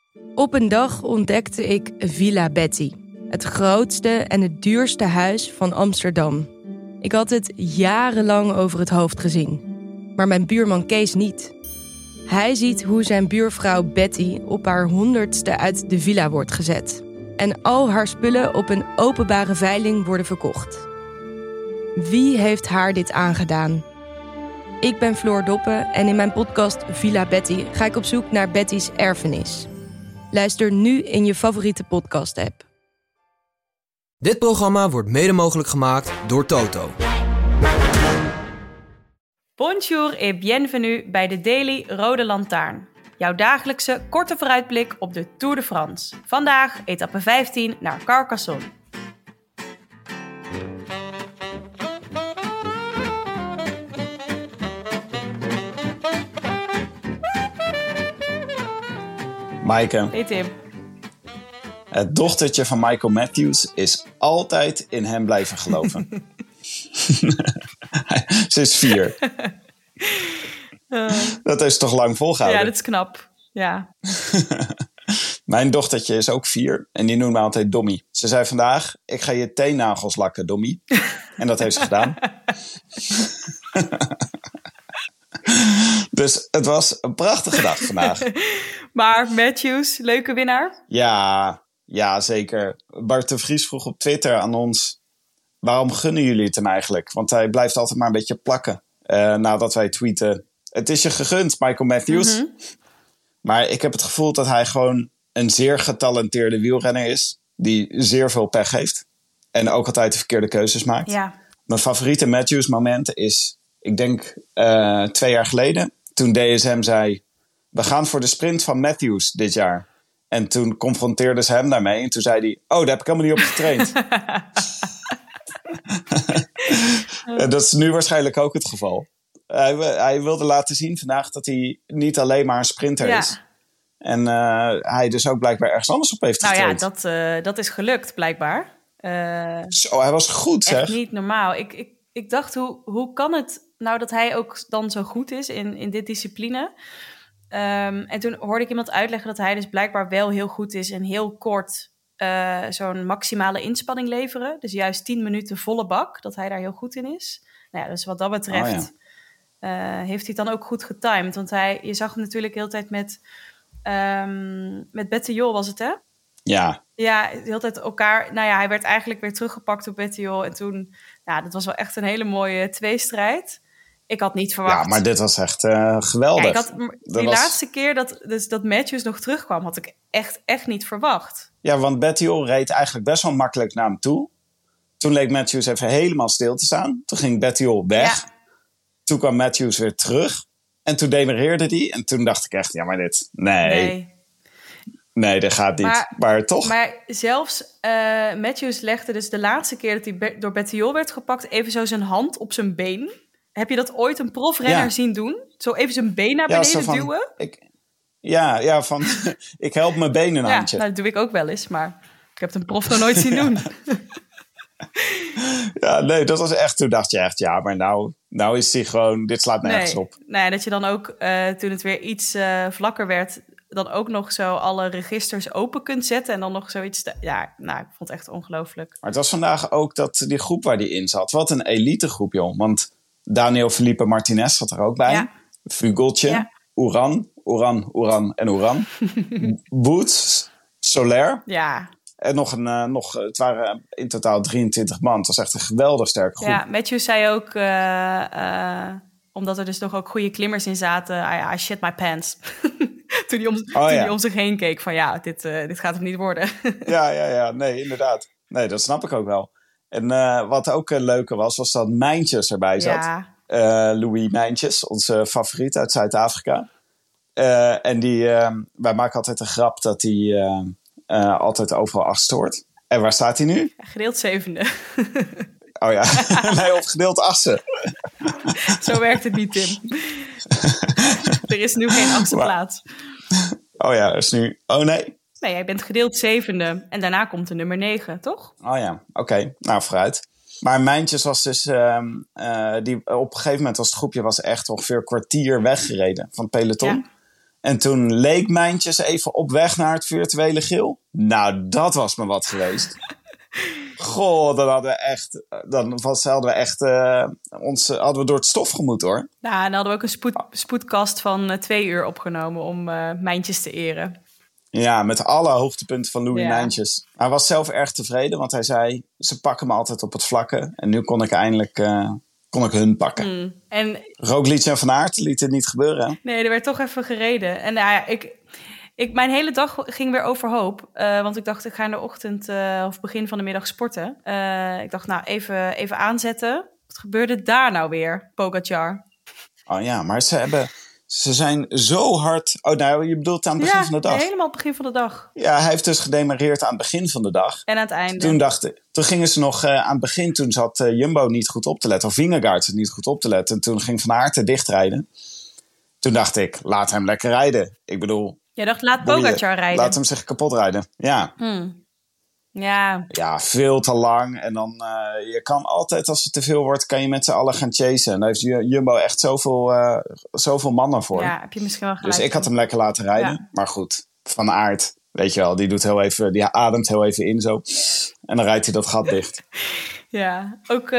Op een dag ontdekte ik Villa Betty. Het grootste en het duurste huis van Amsterdam. Ik had het jarenlang over het hoofd gezien. Maar mijn buurman Kees niet. Hij ziet hoe zijn buurvrouw Betty op haar 100ste uit de villa wordt gezet. En al haar spullen op een openbare veiling worden verkocht. Wie heeft haar dit aangedaan? Ik ben Floor Doppen en in mijn podcast Villa Betty ga ik op zoek naar Betty's erfenis. Luister nu in je favoriete podcast-app. Dit programma wordt mede mogelijk gemaakt door Toto. Bonjour et bienvenue bij de Daily Rode Lantaarn. Jouw dagelijkse korte vooruitblik op de Tour de France. Vandaag etappe 15 naar Carcassonne. Maaike, Hey Tim. het dochtertje van Michael Matthews is altijd in hem blijven geloven. Ze is 4. Dat is toch lang volgehouden? Ja, dat is knap. Ja. Mijn dochtertje is ook 4 en die noemt me altijd Dommy. Ze zei vandaag, ik ga je teennagels lakken, Dommy. En dat heeft ze gedaan. Dus het was een prachtige dag vandaag. Maar Matthews, leuke winnaar? Ja, zeker. Bart de Vries vroeg op Twitter aan ons, waarom gunnen jullie het hem eigenlijk? Want hij blijft altijd maar een beetje plakken. Nadat wij tweeten, het is je gegund, Michael Matthews. Mm-hmm. Maar ik heb het gevoel dat hij gewoon een zeer getalenteerde wielrenner is. Die zeer veel pech heeft. En ook altijd de verkeerde keuzes maakt. Ja. Mijn favoriete Matthews moment is, ik denk 2 jaar geleden. Toen DSM zei, we gaan voor de sprint van Matthews dit jaar. En toen confronteerden ze hem daarmee. En toen zei hij, oh, daar heb ik helemaal niet op getraind. En dat is nu waarschijnlijk ook het geval. Hij wilde laten zien vandaag dat hij niet alleen maar een sprinter is. En hij dus ook blijkbaar ergens anders op heeft getraind. Nou ja, dat is gelukt blijkbaar. Zo, hij was goed, zeg. Echt niet normaal. Ik dacht, hoe kan het nou dat hij ook dan zo goed is in dit discipline? En toen hoorde ik iemand uitleggen dat hij dus blijkbaar wel heel goed is en heel kort zo'n maximale inspanning leveren. Dus juist 10 minuten volle bak, dat hij daar heel goed in is. Nou ja, dus wat dat betreft heeft hij het dan ook goed getimed. Want je zag hem natuurlijk de hele tijd met Bettiol, was het hè? Ja. Ja, de hele tijd elkaar. Nou ja, hij werd eigenlijk weer teruggepakt door Bettiol. En toen, dat was wel echt een hele mooie tweestrijd. Ik had niet verwacht. Ja, maar dit was echt geweldig. Ja, laatste keer dat Matthews nog terugkwam, had ik echt niet verwacht. Ja, want Bettiol reed eigenlijk best wel makkelijk naar hem toe. Toen leek Matthews even helemaal stil te staan. Toen ging Bettiol weg. Ja. Toen kwam Matthews weer terug. En toen demareerde hij. En toen dacht ik echt, ja, maar dit... Nee, dat gaat niet. Maar toch... Maar zelfs Matthews legde dus de laatste keer dat hij door Bettiol werd gepakt, even zo zijn hand op zijn been. Heb je dat ooit een profrenner zien doen? Zo even zijn been naar beneden duwen? Ik help mijn been een handje. Nou, dat doe ik ook wel eens, maar ik heb het een prof nog nooit zien doen. Ja, nee, dat was echt... Toen dacht je echt, ja, maar nou is hij gewoon... Dit slaat nergens op. Nee, dat je dan ook, toen het weer iets vlakker werd, dan ook nog zo alle registers open kunt zetten en dan nog zoiets... ik vond het echt ongelooflijk. Maar het was vandaag ook die groep waar die in zat. Wat een elite groep, joh. Want Daniel Felipe Martinez zat er ook bij. Ja. Vugeltje, Uran en Uran. Woods, Soler. Ja. En het waren in totaal 23 man. Het was echt een geweldig sterke groep. Ja, Matthews zei ook, omdat er dus nog ook goede klimmers in zaten, I shit my pants. toen hij om zich heen keek van dit gaat hem niet worden. Ja, nee, inderdaad. Nee, dat snap ik ook wel. En wat ook een leuke was dat Mijntjes erbij zat. Ja. Louis Mijntjes, onze favoriet uit Zuid-Afrika. En wij maken altijd een grap dat hij altijd overal 8ste wordt. En waar staat hij nu? Gedeeld 7e. Oh ja, nee, op gedeeld 8e. Zo werkt het niet, Tim. Er is nu geen 8e plaats. Oh ja, er is nu... Oh nee? Nee, jij bent gedeeld 7e en daarna komt de nummer 9, toch? Oh ja, oké. Nou, vooruit. Maar Mijntjes was dus... op een gegeven moment was het groepje echt ongeveer een kwartier weggereden van het peloton. Ja. En toen leek Mijntjes even op weg naar het virtuele geel. Nou, dat was me wat geweest. Goh, dan hadden we echt... hadden we door het stof gemoet, hoor. Nou, dan hadden we ook een spoedkast van 2 uur opgenomen om Mijntjes te eren. Ja, met alle hoogtepunten van Louis Ja. Mijntjes. Hij was zelf erg tevreden, want hij zei... ze pakken me altijd op het vlakke. En nu kon ik eindelijk hun pakken. En Roglic en Van Aert liet het niet gebeuren, hè? nee, er werd toch even gereden. En nou ja, mijn hele dag ging weer overhoop. Want ik dacht, ik ga in de ochtend of begin van de middag sporten. Ik dacht, nou, even aanzetten. Wat gebeurde daar nou weer, Pogacar? Oh ja, maar ze zijn zo hard... Oh, nou, je bedoelt aan het begin van de dag? Ja, helemaal het begin van de dag. Ja, hij heeft dus gedemareerd aan het begin van de dag. En aan het einde. Toen gingen ze nog aan het begin... Toen zat Jumbo niet goed op te letten. Of Vingegaard zat niet goed op te letten. En toen ging Van Aert er dichtrijden. Toen dacht ik, laat hem lekker rijden. Ik bedoel... Jij dacht, laat Pogacar rijden. Laat hem zich kapot rijden, ja. Ja. Ja, veel te lang. En dan, je kan altijd, als het te veel wordt, kan je met z'n allen gaan chasen. En daar heeft Jumbo echt zoveel mannen voor. Ja, heb je misschien wel gelijk. Dus ik had hem lekker laten rijden. Ja. Maar goed, Van Aert, weet je wel, die ademt heel even in zo. En dan rijdt hij dat gat dicht. Ja, ook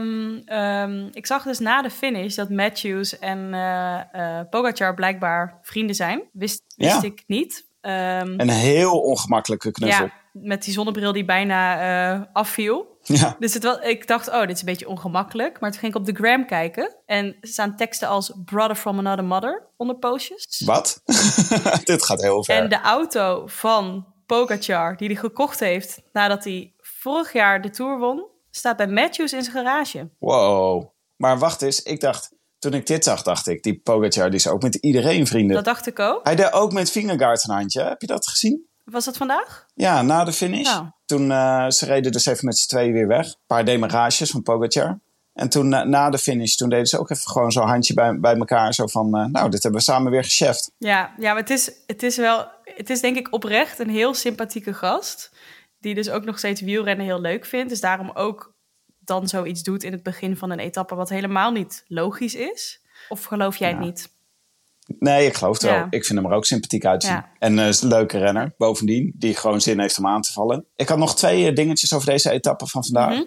ik zag dus na de finish dat Matthews en Pogacar blijkbaar vrienden zijn. Wist ik niet. Een heel ongemakkelijke knuffel. Ja, met die zonnebril die bijna afviel. Ja. Dus ik dacht, dit is een beetje ongemakkelijk. Maar toen ging ik op de gram kijken. En er staan teksten als Brother from Another Mother onder postjes. Wat? Dit gaat heel ver. En de auto van Pogacar, die hij gekocht heeft nadat hij vorig jaar de Tour won, staat bij Matthews in zijn garage. Wow. Maar wacht eens, toen ik dit zag, dacht ik, die Pogacar die is ook met iedereen vrienden. Dat dacht ik ook. Hij deed ook met Vingegaard een handje. Heb je dat gezien? Was dat vandaag? Ja, na de finish. Oh. Toen ze reden dus even met z'n tweeën weer weg. Een paar demarages van Pogacar. En toen na de finish, toen deden ze ook even gewoon zo'n handje bij elkaar. Zo van, nou, dit hebben we samen weer gecheft. Ja, maar het is denk ik oprecht een heel sympathieke gast. Die dus ook nog steeds wielrennen heel leuk vindt. Dus daarom ook dan zoiets doet in het begin van een etappe wat helemaal niet logisch is. Of geloof jij het niet? Nee, ik geloof het wel. Ik vind hem er ook sympathiek uitzien. Ja. En is een leuke renner, bovendien, die gewoon zin heeft om aan te vallen. Ik had nog 2 dingetjes over deze etappe van vandaag.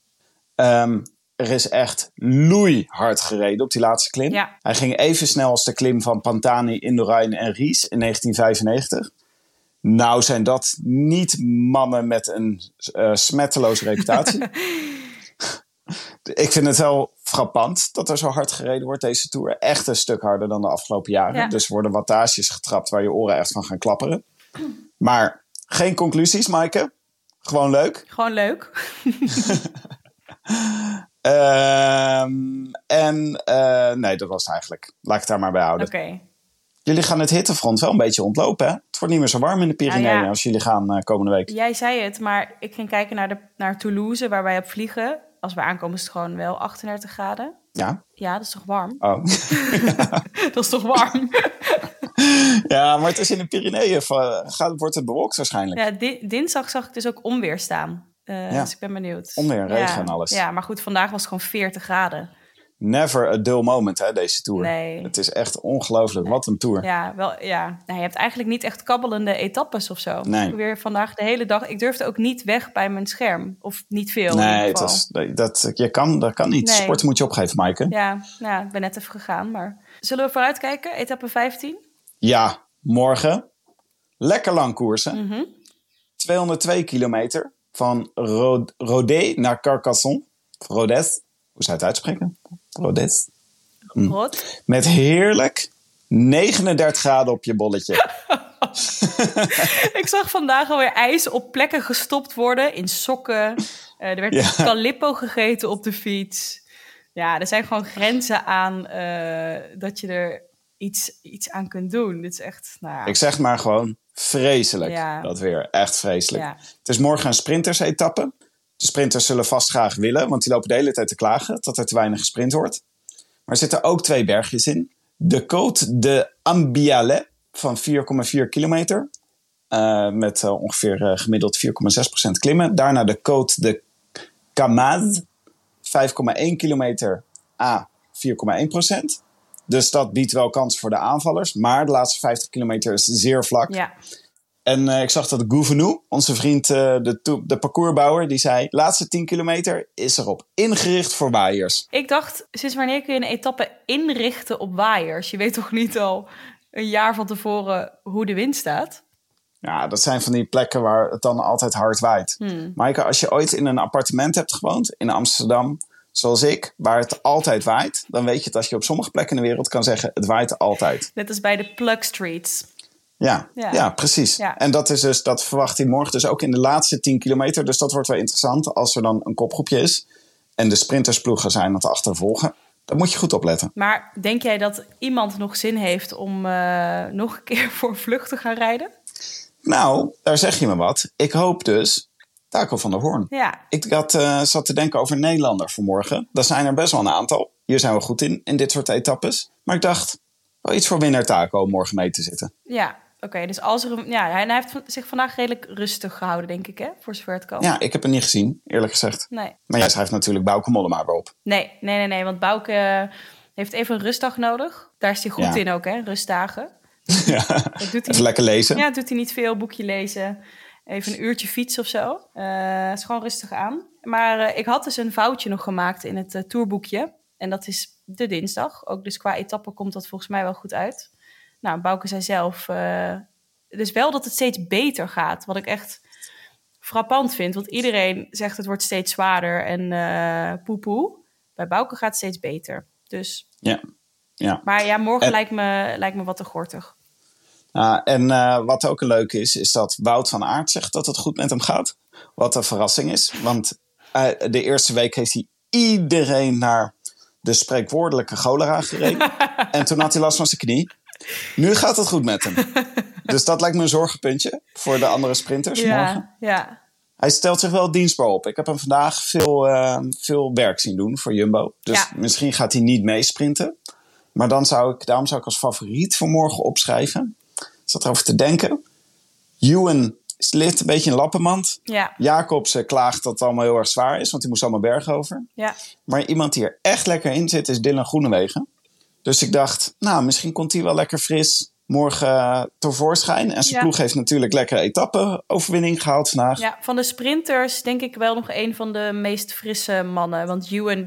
Er is echt loeihard gereden op die laatste klim. Ja. Hij ging even snel als de klim van Pantani, Indurain en Ries in 1995. Nou zijn dat niet mannen met een smetteloze reputatie. Ik vind het wel frappant dat er zo hard gereden wordt deze Tour. Echt een stuk harder dan de afgelopen jaren. Ja. Dus er worden wattages getrapt waar je oren echt van gaan klapperen. Maar geen conclusies, Maaike. Gewoon leuk. Gewoon leuk. Nee, dat was het eigenlijk. Laat ik het daar maar bij houden. Oké. Jullie gaan het hittefront wel een beetje ontlopen, hè? Het wordt niet meer zo warm in de Pyreneeën als jullie gaan komende week. Jij zei het, maar ik ging kijken naar Toulouse, waar wij op vliegen. Als we aankomen is het gewoon wel 38 graden. Ja? Ja, dat is toch warm? Oh. Dat is toch warm? Ja, maar het is in de Pyreneeën. Wordt het bewolkt waarschijnlijk? Ja, dinsdag zag ik dus ook onweer staan. Dus ik ben benieuwd. Onweer, regen en alles. Ja, maar goed, vandaag was het gewoon 40 graden. Never a dull moment, hè, deze Tour. Nee. Het is echt ongelooflijk. Wat een Tour. Ja, wel, ja. Nou, je hebt eigenlijk niet echt kabbelende etappes of zo. Nee. Weer vandaag de hele dag. Ik durfde ook niet weg bij mijn scherm. Of niet veel. Nee, dat kan niet. Nee. Sport moet je opgeven, Maaike. Ja, ik ben net even gegaan. Maar zullen we vooruitkijken? Etappe 15? Ja, morgen. Lekker lang koersen. 202 kilometer. Van Rodez naar Carcassonne. Rodez. Hoe zou je het uitspreken? Rodez. Met heerlijk 39 graden op je bolletje. Ik zag vandaag alweer ijs op plekken gestopt worden. In sokken. Er werd Calippo gegeten op de fiets. Ja, er zijn gewoon grenzen aan dat je er iets aan kunt doen. Dit is echt, nou ja. Ik zeg maar gewoon vreselijk. Dat weer. Echt vreselijk. Ja. Het is morgen een sprintersetappe. De sprinters zullen vast graag willen, want die lopen de hele tijd te klagen dat er te weinig gesprint wordt. Maar er zitten ook 2 bergjes in. De Côte de Ambialet van 4,4 kilometer. Met ongeveer gemiddeld 4,6% klimmen. Daarna de Côte de Camaz. 5,1 kilometer à 4,1%. Dus dat biedt wel kans voor de aanvallers. Maar de laatste 50 kilometer is zeer vlak. Ja. En ik zag dat Gouvenou, onze vriend, de parcoursbouwer, die zei... laatste 10 kilometer is erop ingericht voor waaiers. Ik dacht, sinds wanneer kun je een etappe inrichten op waaiers? Je weet toch niet al een jaar van tevoren hoe de wind staat? Ja, dat zijn van die plekken waar het dan altijd hard waait. Maaike, als je ooit in een appartement hebt gewoond in Amsterdam... zoals ik, waar het altijd waait... dan weet je dat je op sommige plekken in de wereld kan zeggen... het waait altijd. Net als bij de Plug Streets. Ja, precies. Ja. En dat verwacht hij morgen dus ook in de laatste 10 kilometer. Dus dat wordt wel interessant als er dan een kopgroepje is. En de sprintersploegen zijn aan het achtervolgen. Daar moet je goed op letten. Maar denk jij dat iemand nog zin heeft om nog een keer voor vlucht te gaan rijden? Nou, daar zeg je me wat. Ik hoop dus Taco van der Hoorn. Ja. Ik zat te denken over Nederlander vanmorgen. Daar zijn er best wel een aantal. Hier zijn we goed in dit soort etappes. Maar ik dacht, wel iets voor winnaar Taco om morgen mee te zitten. Ja, oké. Dus als er hij heeft zich vandaag redelijk rustig gehouden, denk ik, hè? Voor zover het kan. Ja, ik heb het niet gezien, eerlijk gezegd. Nee. Maar jij schrijft natuurlijk Bauke Mollema weer op. Nee. Want Bauke heeft even een rustdag nodig. Daar is hij goed in ook, hè? Rustdagen. Ja, Dat doet hij even lekker lezen. Ja, doet hij niet veel. Boekje lezen. Even een uurtje fietsen of zo. Is gewoon rustig aan. Maar ik had dus een foutje nog gemaakt in het tourboekje. En dat is de dinsdag. Ook dus qua etappe komt dat volgens mij wel goed uit. Nou, Bauke zei zelf... dus wel dat het steeds beter gaat. Wat ik echt frappant vind. Want iedereen zegt het wordt steeds zwaarder en poepoe. Bij Bauke gaat het steeds beter. Dus... Ja. Maar ja, morgen lijkt me wat te gortig. En wat ook een leuk is dat Wout van Aert zegt dat het goed met hem gaat. Wat een verrassing is. Want de eerste week heeft hij iedereen naar de spreekwoordelijke cholera gereden. En toen had hij last van zijn knie. Nu gaat het goed met hem. Dus dat lijkt me een zorgenpuntje voor de andere sprinters morgen. Ja. Hij stelt zich wel dienstbaar op. Ik heb hem vandaag veel werk zien doen voor Jumbo. Dus misschien gaat hij niet meesprinten. Maar daarom zou ik als favoriet voor morgen opschrijven. Ik zat erover te denken. Ewan ligt een beetje in lappenmand. Ja. Jacobsen klaagt dat het allemaal heel erg zwaar is. Want die moest allemaal bergen over. Ja. Maar iemand die er echt lekker in zit is Dylan Groenewegen. Dus ik dacht, misschien komt hij wel lekker fris morgen tevoorschijn. En zijn ploeg heeft natuurlijk lekkere etappe-overwinning gehaald vandaag. Ja, van de sprinters denk ik wel nog een van de meest frisse mannen. Want Ewan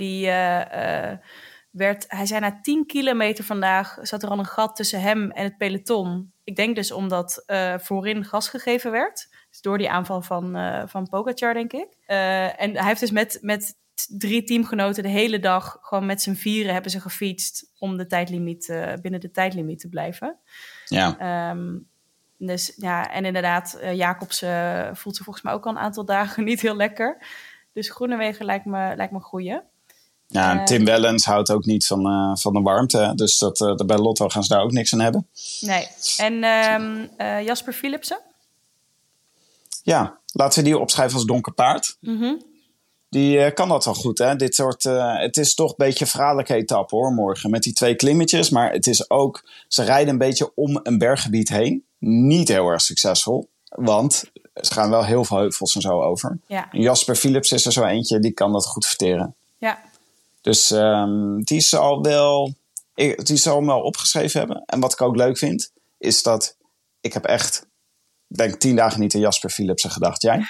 hij zei na 10 kilometer vandaag zat er al een gat tussen hem en het peloton. Ik denk dus omdat voorin gas gegeven werd. Dus door die aanval van Pogacar, denk ik. En hij heeft dus met 3 teamgenoten de hele dag gewoon met z'n vieren hebben ze gefietst om de tijdlimiet, binnen de tijdlimiet te blijven. Ja. Dus ja, en inderdaad, Jacobsen voelt zich volgens mij ook al een aantal dagen niet heel lekker. Dus Groenewegen lijkt me een goeie. Ja, Tim Wellens houdt ook niet van de warmte. Dus bij Lotto gaan ze daar ook niks aan hebben. Nee. En Jasper Philipsen? Ja, laten we die opschrijven als donker paard. Mm-hmm. Die kan dat wel goed, hè? Dit soort, het is toch een beetje een verraderlijke etappe, hoor, morgen. Met die 2 klimmetjes. Maar het is ook... Ze rijden een beetje om een berggebied heen. Niet heel erg succesvol. Want ze gaan wel heel veel heuvels en zo over. Ja. En Jasper Philips is er zo eentje, die kan dat goed verteren. Ja. Dus die zal hem wel opgeschreven hebben. En wat ik ook leuk vind, is dat ik heb echt, denk 10 dagen niet aan Jasper Philipsen gedacht. Jij?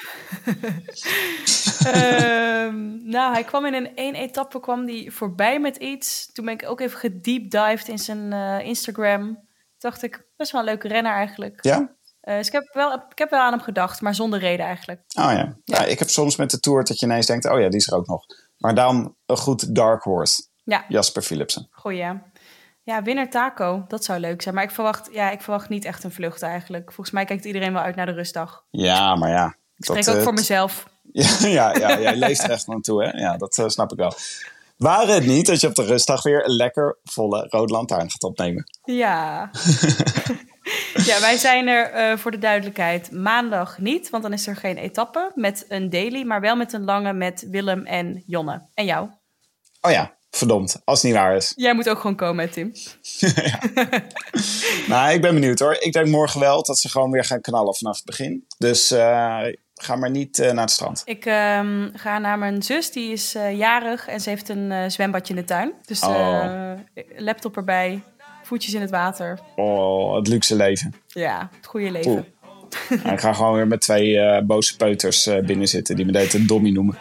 Nou, hij kwam in één etappe voorbij met iets. Toen ben ik ook even gedeepdived in zijn Instagram. Toen dacht ik, best wel een leuke renner eigenlijk. Ja? Dus ik heb wel aan hem gedacht, maar zonder reden eigenlijk. Oh ja. Ja, ik heb soms met de Tour dat je ineens denkt, oh ja, die is er ook nog. Maar dan een goed dark horse. Ja. Jasper Philipsen. Goeie. Ja, winnaar Taco. Dat zou leuk zijn. Maar ik verwacht niet echt een vlucht eigenlijk. Volgens mij kijkt iedereen wel uit naar de rustdag. Ja, maar ja. Ik spreek ook voor mezelf. Ja, jij leeft er echt naartoe, hè? Ja, dat snap ik wel. Waren het niet dat je op de rustdag weer een lekker volle Rode Lantaarn gaat opnemen? Ja. Ja, wij zijn er voor de duidelijkheid maandag niet. Want dan is er geen etappe met een daily. Maar wel met een lange met Willem en Jonne. En jou? Oh ja, verdomd. Als het niet waar is. Jij moet ook gewoon komen, hè, Tim? Ja. Nou, ik ben benieuwd hoor. Ik denk morgen wel dat ze gewoon weer gaan knallen vanaf het begin. Dus ga maar niet naar het strand. Ik ga naar mijn zus, die is jarig en ze heeft een zwembadje in de tuin. Dus laptop erbij, voetjes in het water. Oh, het luxe leven. Ja, het goede leven. Ik ga gewoon weer met 2 boze peuters binnen zitten die me de hele tijd Dommy noemen.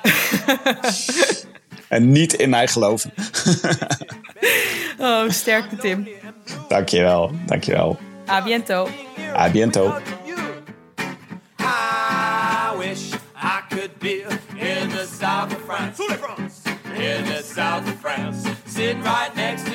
En niet in mij geloven. Oh, sterkte Tim. Dankjewel. A biento. A biento. I wish I could be in the south of France. In the south of France. Sitting right next